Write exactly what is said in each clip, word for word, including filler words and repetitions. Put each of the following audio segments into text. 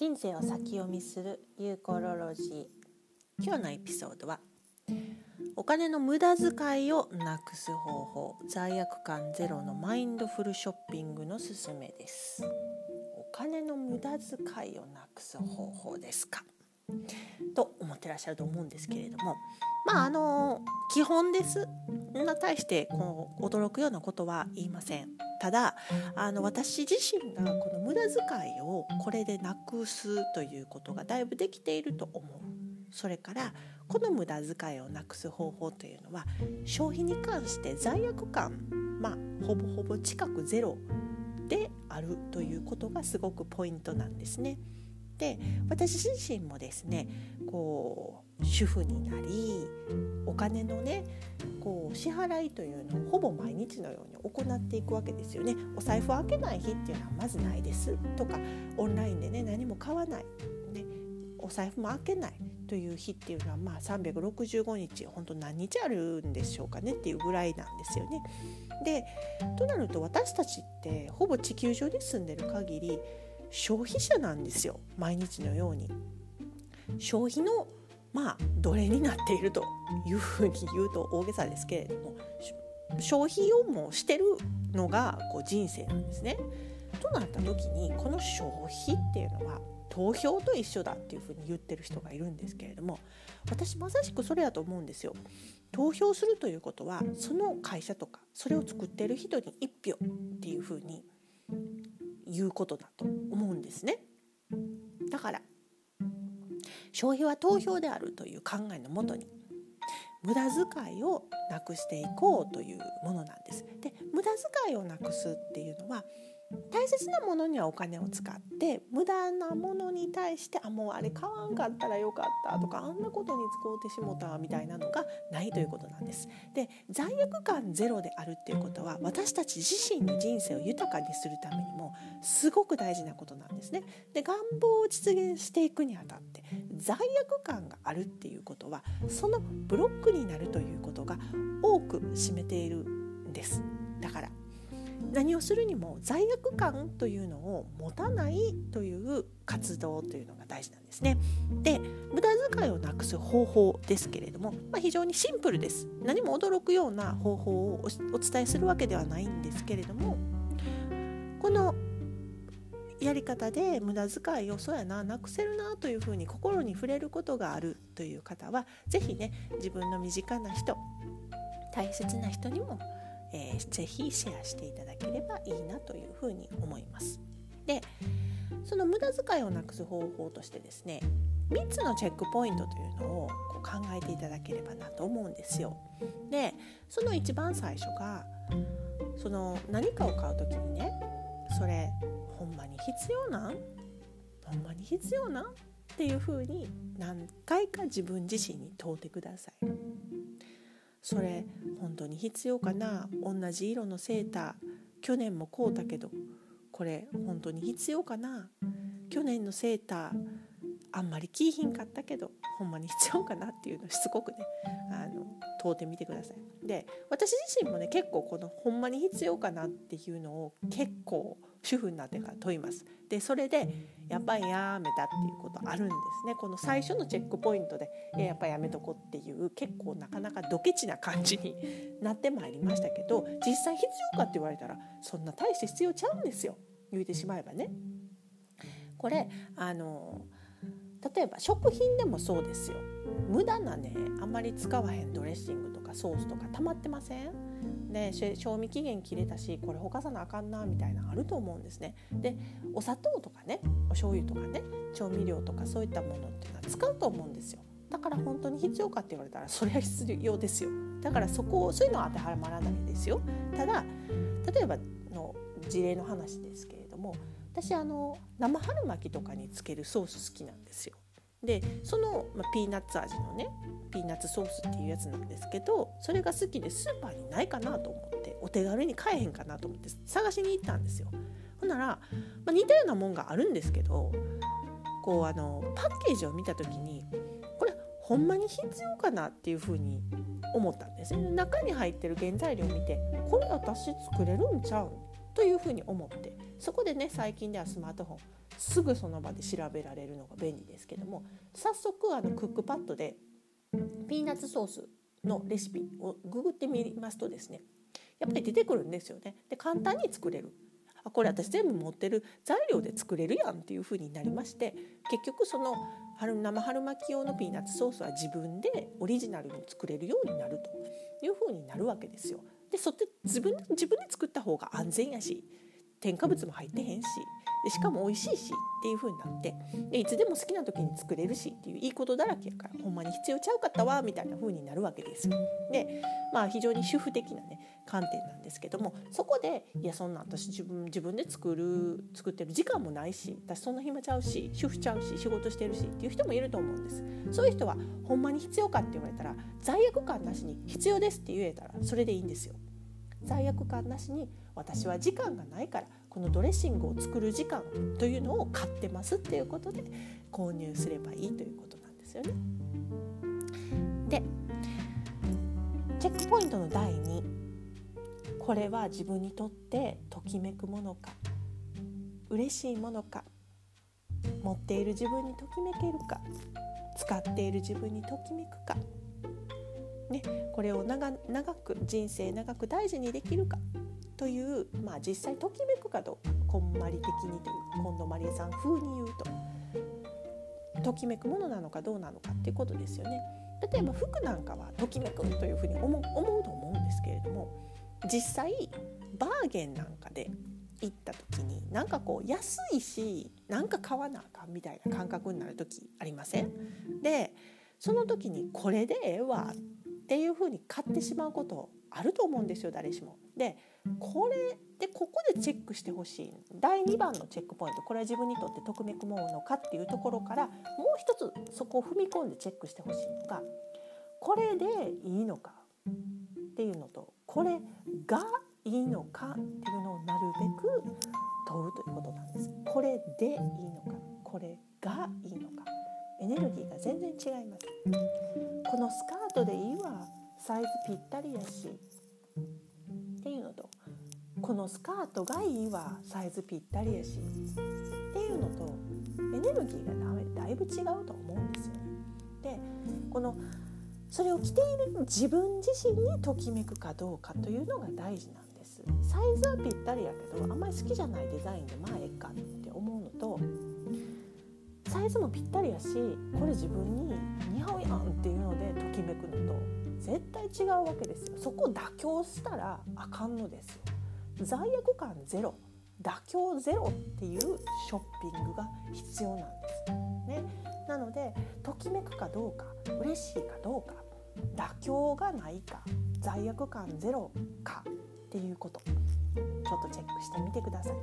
人生を先読みするユーコロロジー。今日のエピソードはお金の無駄遣いをなくす方法、罪悪感ゼロのマインドフルショッピングのすすめです。お金の無駄遣いをなくす方法ですかと思ってらっしゃると思うんですけれども、まああの基本です。そんな大してこう驚くようなことは言いません。ただあの私自身がこの無駄遣いをこれでなくすということがだいぶできていると思う。それからこの無駄遣いをなくす方法というのは消費に関して罪悪感、まあほぼほぼ近くゼロであるということがすごくポイントなんですね。で、私自身もですね、こう主婦になりお金のねこう支払いというのをほぼ毎日のように行っていくわけですよね。お財布を開けない日っていうのはまずないですとか、オンラインでね何も買わない、ね、お財布も開けないという日っていうのはまあさんびゃくろくじゅうごにち、本当何日あるんでしょうかねっていうぐらいなんですよね。で、となると私たちってほぼ地球上に住んでる限り消費者なんですよ。毎日のように消費のまあ奴隷になっているというふうに言うと大げさですけれども、消費をもしてるのがこう人生なんですね。となった時にこの消費っていうのは投票と一緒だっていうふうに言ってる人がいるんですけれども、私まさしくそれだと思うんですよ。投票するということはその会社とかそれを作っている人に一票っていうふうに言うことだと思うんですね。だから消費は投票であるという考えのもとに無駄遣いをなくしていこうというものなんです。で、無駄遣いをなくすっていうのは大切なものにはお金を使って無駄なものに対してあもうあれ買わんかったらよかったとかあんなことに使うてしもたみたいなのがないということなんです。で、罪悪感ゼロであるっていうことは私たち自身の人生を豊かにするためにもすごく大事なことなんですね。で、願望を実現していくにあたって罪悪感があるっていうことはそのブロックになるということが多く占めているんです。だから何をするにも罪悪感というのを持たないという活動というのが大事なんですね。で、無駄遣いをなくす方法ですけれども、まあ、非常にシンプルです。何も驚くような方法をお伝えするわけではないんですけれども、このやり方で無駄遣いをそうやななくせるなというふうに心に触れることがあるという方はぜひね自分の身近な人、大切な人にもえー、ぜひシェアしていただければいいなというふうに思います。で、その無駄遣いをなくす方法としてですね、みっつのチェックポイントというのをこう考えていただければなと思うんですよ。で、その一番最初がその何かを買うときにね、それほんまに必要なん？ほんまに必要なん？っていうふうに何回か自分自身に問うてください。それ本当に必要かな？同じ色のセーター去年も買うたけどこれ本当に必要かな？去年のセーターあんまり着いひんかったけどほんまに必要かなっていうのをしつこくねあの問うてみてください。で、私自身もね結構このほんまに必要かなっていうのを結構主婦になってから問います。で、それでやっぱりやめたっていうことあるんですね。この最初のチェックポイントでやっぱりやめとこうっていう結構なかなかドケチな感じになってまいりましたけど、実際必要かって言われたらそんな大して必要ちゃうんですよ、言うてしまえばね。これあの例えば食品でもそうですよ。無駄なねあんまり使わへんドレッシングとかソースとか溜まってません？で、賞味期限切れたしこれほかさなあかんなみたいなのあると思うんですね。で、お砂糖とかねお醤油とかね調味料とかそういったものっていうのは使うと思うんですよ。だから本当に必要かって言われたらそれは必要ですよ。だからそこそういうのは当てはまらないですよ。ただ例えばの事例の話ですけれども、私あの生春巻きとかにつけるソース好きなんですよ。で、その、まあ、ピーナッツ味のねピーナッツソースっていうやつなんですけど、それが好きでスーパーにないかなと思ってお手軽に買えへんかなと思って探しに行ったんですよ。ほんなら、まあ、似たようなもんがあるんですけど、こうあのパッケージを見た時にこれほんまに必要かなっていうふうに思ったんですね。中に入ってる原材料を見てこれ私作れるんちゃうとというふうに思って、そこでね最近ではスマートフォンすぐその場で調べられるのが便利ですけども、早速あのクックパッドでピーナッツソースのレシピをググってみますとですね、やっぱり出てくるんですよね。で簡単に作れる、あこれ私全部持ってる材料で作れるやんっていう風になりまして、結局その春生春巻き用のピーナッツソースは自分でオリジナルに作れるようになるという風になるわけですよ。でそって自分で自分で作った方が安全やし、添加物も入ってへんし、でしかも美味しいしっていう風になって、でいつでも好きな時に作れるしっていういいことだらけやから、ほんまに必要ちゃうかったわみたいな風になるわけですよ。でまあ非常に主婦的なね観点なんですけども、そこでいやそんな私自分自分で作る作ってる時間もないし、私そんな暇ちゃうし、主婦ちゃうし、仕事してるしっていう人もいると思うんです。そういう人はほんまに必要かって言われたら、罪悪感なしに必要ですって言えたらそれでいいんですよ。罪悪感なしに私は時間がないからこのドレッシングを作る時間というのを買ってますっていうことで購入すればいいということなんですよね。でチェックポイントのだいに、これは自分にとってときめくものか嬉しいものか、持っている自分にときめけるか、使っている自分にときめくか、ね、これを 長, 長く人生長く大事にできるかという、まあ、実際ときめくかどうか、こんまり的にという近藤まりえさん風に言うとときめくものなのかどうなのかっていうことですよね。例えば服なんかはときめくというふうに 思, 思うと思うんですけれども、実際バーゲンなんかで行った時になんかこう安いしなんか買わなあかんみたいな感覚になる時ありません？でその時にこれでええわっていう風に買ってしまうことあると思うんですよ、誰しも。でこれでここでチェックしてほしいだいにばんのチェックポイント、これは自分にとってときめくものかっていうところからもう一つそこを踏み込んでチェックしてほしいのが、これでいいのかっていうのと、これがいいのかっていうのをなるべく問うということなんです。これでいいのか、これがいいのか、エネルギーが全然違います。このスカートでいいわ、サイズぴったりやしっていうのと、このスカートがいいわ、サイズぴったりやしっていうのと、エネルギーがだいぶ違うと思うんですよね。でこのそれを着ている自分自身にときめくかどうかというのが大事なんです。サイズはぴったりやけどあんまり好きじゃないデザインでまあええかって思うのと、サイズもぴったりやしこれ自分に似合うやんっていうのでときめくのと絶対違うわけですよ。そこを妥協したらあかんのですよ。罪悪感ゼロ、妥協ゼロっていうショッピングが必要なんですね。なのでときめくかどうか、嬉しいかどうか、妥協がないか、罪悪感ゼロかっていうことちょっとチェックしてみてください。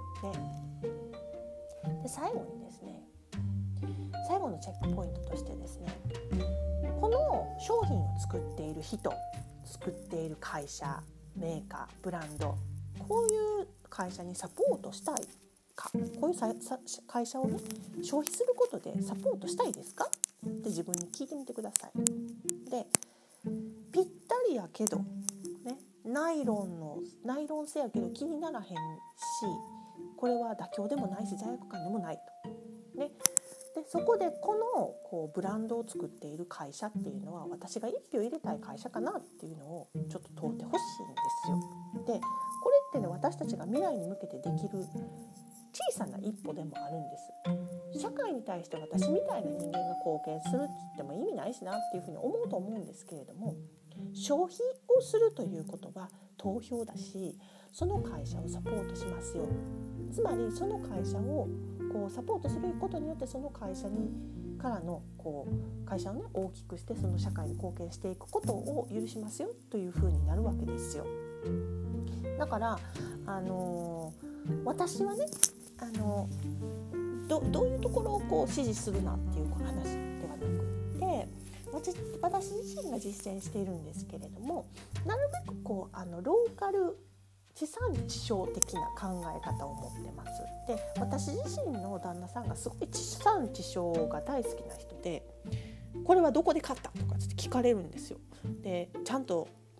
で、で最後にですね、最後のチェックポイントとしてですね、この商品を作っている人、作っている会社、メーカー、ブランド、こういう会社にサポートしたいか、こういうささ会社をね消費することでサポートしたいですかって自分に聞いてみてください。でぴったりやけど、ね、ナイロンのナイロン製やけど気にならへんし、これは妥協でもないし罪悪感でもないと、ね、でそこでこのこうブランドを作っている会社っていうのは私が一票入れたい会社かなっていうのをちょっと問うてほしいんですよ。でこれってね、私たちが未来に向けてできる小さな一歩でもあるんです。社会に対して私みたいな人間が貢献するって言っても意味ないしなっていうふうに思うと思うんですけれども、消費をするということは投票だし、その会社をサポートしますよ。つまりその会社をこうサポートすることによってその会社にからのこう会社をね大きくしてその社会に貢献していくことを許しますよというふうになるわけですよ。だからあのー、私はねあの ど, どういうところをこう支持するなっていう話ではなくて、私, 私自身が実践しているんですけれども、なるべくこうあのローカル地産地消的な考え方を持ってます。で私自身の旦那さんがすごい地産地消が大好きな人で、これはどこで買ったとかって聞かれるんですよ。でちゃんと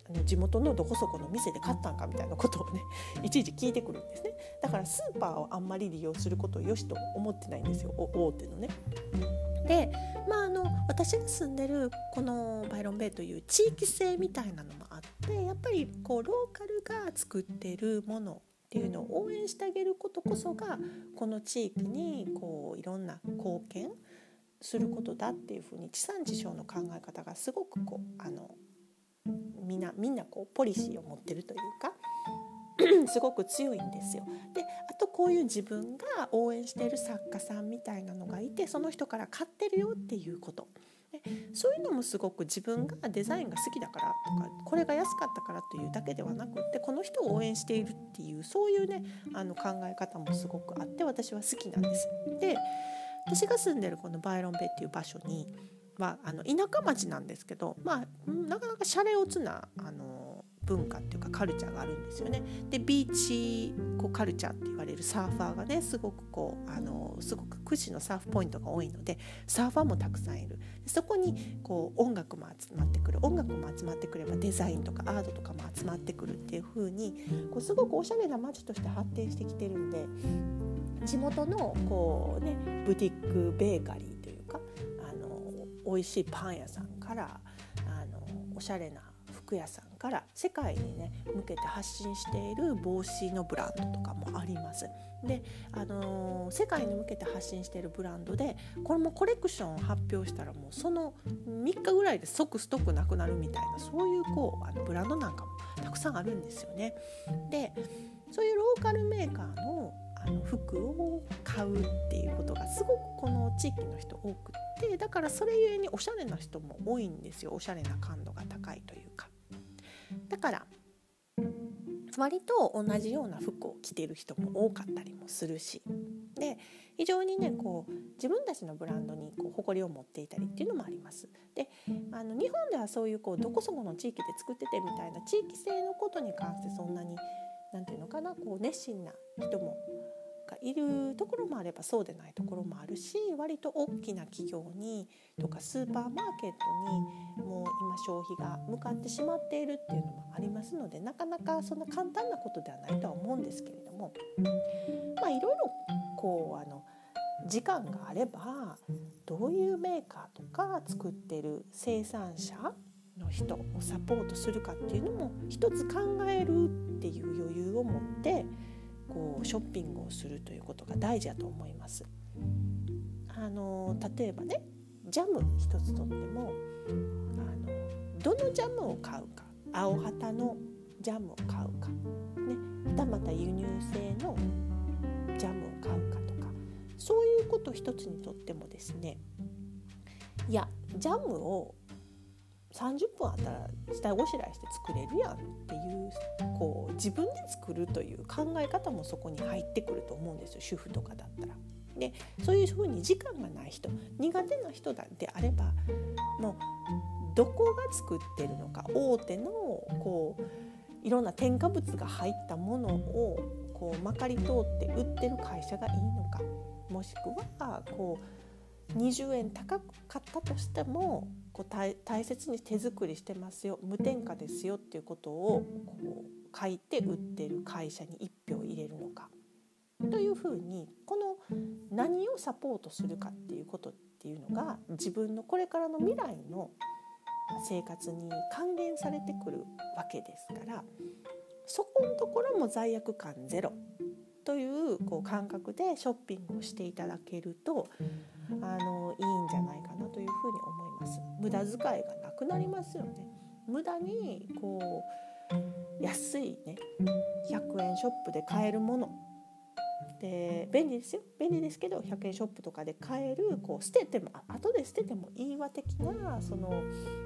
あの地元のどこそこの店で買ったんかみたいなことをねいちいち聞いてくるんですね。だからスーパーをあんまり利用することをよしと思ってないんですよ、大手のね。で、まあ、あの私が住んでるこのバイロンベイという地域性みたいなのもあって、やっぱりこうローカルが作ってるものっていうのを応援してあげることこそがこの地域にこういろんな貢献することだっていうふうに地産地消の考え方がすごくこうあのみんなみんなこうポリシーを持ってるというかすごく強いんですよ。で、あとこういう自分が応援している作家さんみたいなのがいて、その人から買ってるよっていうこと。で、そういうのもすごく自分がデザインが好きだからとか、これが安かったからというだけではなくって、この人を応援しているっていうそういうねあの考え方もすごくあって、私は好きなんです。で、私が住んでるこのバイロンベイっていう場所にはあの田舎町なんですけど、まあなかなかシャレオツなあの文化っていうかカルチャーがあるんですよね。で、ビーチこうカルチャーって言われるサーファーがねすごくこうあのすごく屈指のサーフポイントが多いので、サーファーもたくさんいる。そこにこう音楽も集まってくる。音楽も集まってくればデザインとかアートとかも集まってくるっていう風にこうすごくおしゃれな街として発展してきてるんで、地元のこうねブティックベーカリーというかあの美味しいパン屋さんからあのおしゃれな服屋さんから世界にね向けて発信している帽子のブランドとかもあります。で、あのー、世界に向けて発信しているブランドで、これもコレクションを発表したらもうそのみっかぐらいで即ストックなくなるみたいな、そういうこうあのブランドなんかもたくさんあるんですよね。で、そういうローカルメーカーのあの服を買うっていうことがすごくこの地域の人多くって、だからそれゆえにおしゃれな人も多いんですよ。おしゃれな感度が高いというか。だから割と同じような服を着ている人も多かったりもするし、で非常にねこう自分たちのブランドにこう誇りを持っていたりっていうのもあります。で、あの日本ではそういうこうどこそこの地域で作っててみたいな地域性のことに関してそんなになんていうのかなこう熱心な人もがいるところもあればそうでないところもあるし、割と大きな企業にとかスーパーマーケットにもう今消費が向かってしまっているっていうのもありますので、なかなかそんな簡単なことではないとは思うんですけれども、まあいろいろこうあの時間があればどういうメーカーとか作っている生産者の人をサポートするかっていうのも一つ考えるっていう余裕を持ってこうショッピングをするということが大事だと思います。あの例えばねジャム一つとってもあのどのジャムを買うか、青旗のジャムを買うか、ね、はたまた輸入製のジャムを買うかとか、そういうこと一つにとってもですね、いやジャムをさんじゅっぷんあったら下ごしらえして作れるやんっていうこう自分で作るという考え方もそこに入ってくると思うんですよ、主婦とかだったら。で、そういうふうに時間がない人、苦手な人であればもうどこが作ってるのか、大手のこういろんな添加物が入ったものをこうまかり通って売ってる会社がいいのか、もしくはこうにじゅうえん高かったとしてもこう 大, 大切に手作りしてますよ、無添加ですよっていうことをこう書いて売ってる会社にいち票入れるのかというふうに、この何をサポートするかっていうことっていうのが自分のこれからの未来の生活に還元されてくるわけですから、そこのところも罪悪感ゼロという、こう感覚でショッピングをしていただけるとあのいいんじゃないかなというふうに思います。無駄遣いがなくなりますよね。無駄にこう安いねひゃくえんショップで買えるもので便利ですよ、便利ですけどひゃくえんショップとかで買えるこう捨てても後で捨ててもいいわ的なその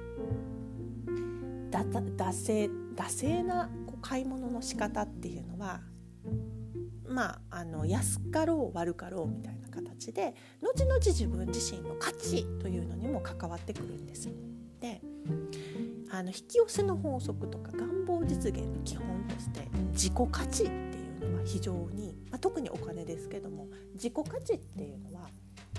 だだ惰性惰性なこう買い物の仕方っていうのはまあ、あの安かろう悪かろうみたいな形で後々自分自身の価値というのにも関わってくるんです。で、あの引き寄せの法則とか願望実現の基本として自己価値っていうのは非常に、まあ、特にお金ですけども自己価値っていうのは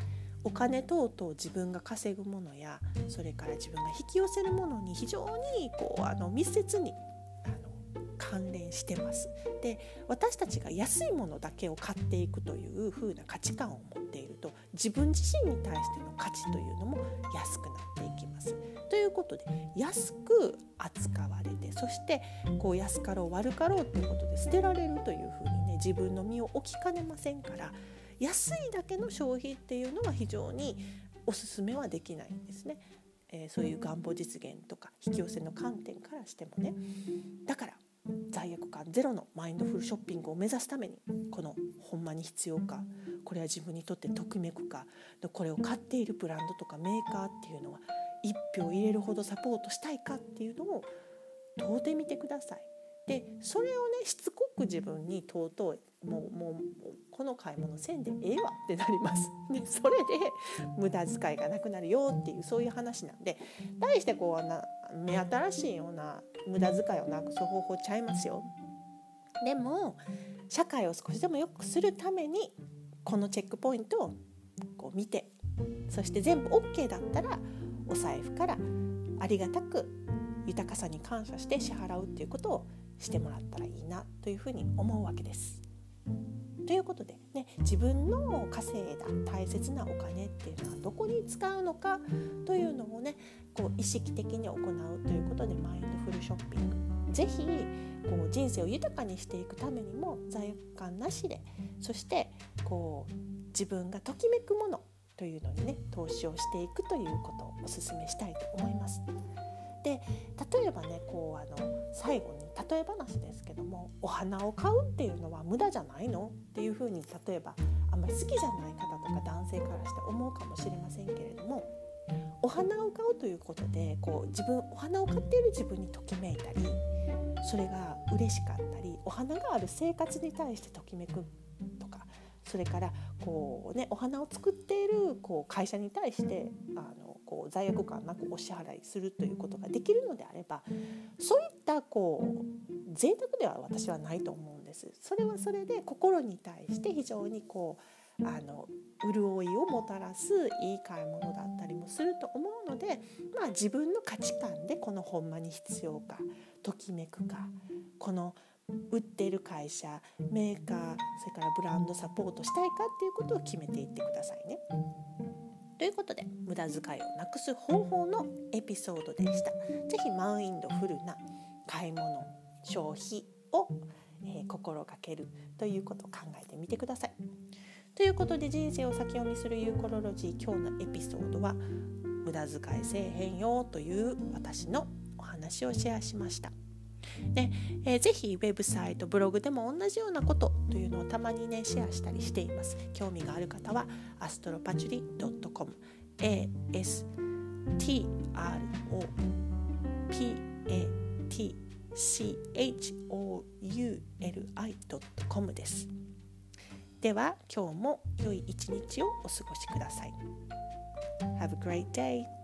お金等々自分が稼ぐものやそれから自分が引き寄せるものに非常にこうあの密接にあの関連してます。で、私たちが安いものだけを買っていくという風な価値観を持っていると自分自身に対しての価値というのも安くなっていきます。ということで安く扱われてそしてこう安かろう悪かろうということで捨てられるという風にね自分の身を置きかねませんから安いだけの消費っていうのは非常におすすめはできないんですね、えー、そういう願望実現とか引き寄せの観点からしてもね。だから罪悪感ゼロのマインドフルショッピングを目指すためにこのほんまに必要か、これは自分にとってときめくか、これを買っているブランドとかメーカーっていうのは一票入れるほどサポートしたいかっていうのを問うてみてください。でそれをねしつこく自分に問うともう、もうこの買い物せんでええわってなります。でそれで無駄遣いがなくなるよっていうそういう話なんで、対してこうな目新しいような無駄遣いをなくす方法ちゃいますよ。でも社会を少しでも良くするためにこのチェックポイントをこう見て、そして全部 OK だったらお財布からありがたく豊かさに感謝して支払うっていうことをしてもらったらいいなというふうに思うわけです。ということで、ね、自分の稼いだ大切なお金っていうのはどこに使うのかというのをねこう意識的に行うということでマインドフルショッピング、ぜひこう人生を豊かにしていくためにも罪悪感なしで、そしてこう自分がときめくものというのにね投資をしていくということをお勧めしたいと思います。で例えばねこうあの最後に例え話ですけども、お花を買うっていうのは無駄じゃないのっていうふうに例えばあんまり好きじゃない方とか男性からして思うかもしれませんけれども、お花を買うということでこう自分お花を買っている自分にときめいたり、それが嬉しかったり、お花がある生活に対してときめくとか、それからこう、ね、お花を作っているこう会社に対してあのこう罪悪感なくお支払いするということができるのであれば、そういったこう贅沢では私はないと思うんです。それはそれで心に対して非常にこうあの潤いをもたらすいい買い物だったりもすると思うので、まあ、自分の価値観でこのほんまに必要かときめくか、この売っている会社メーカーそれからブランドサポートしたいかっていうことを決めていってくださいね。ということで無駄遣いをなくす方法のエピソードでした。ぜひマインドフルな買い物消費を、えー、心がけるということを考えてみてください。ということで人生を先読みするユーコロロジー、今日のエピソードは無駄遣いせえへんよという私のお話をシェアしました。で、えー、ぜひウェブサイトブログでも同じようなことというのをたまにねシェアしたりしています。興味がある方はアストロパチュリ ドットコム エー エス ティー アール オー ピー エー ティー シー エイチ オー ユー エル アイ ドットコム です。では今日も良い一日をお過ごしください。Have a great day.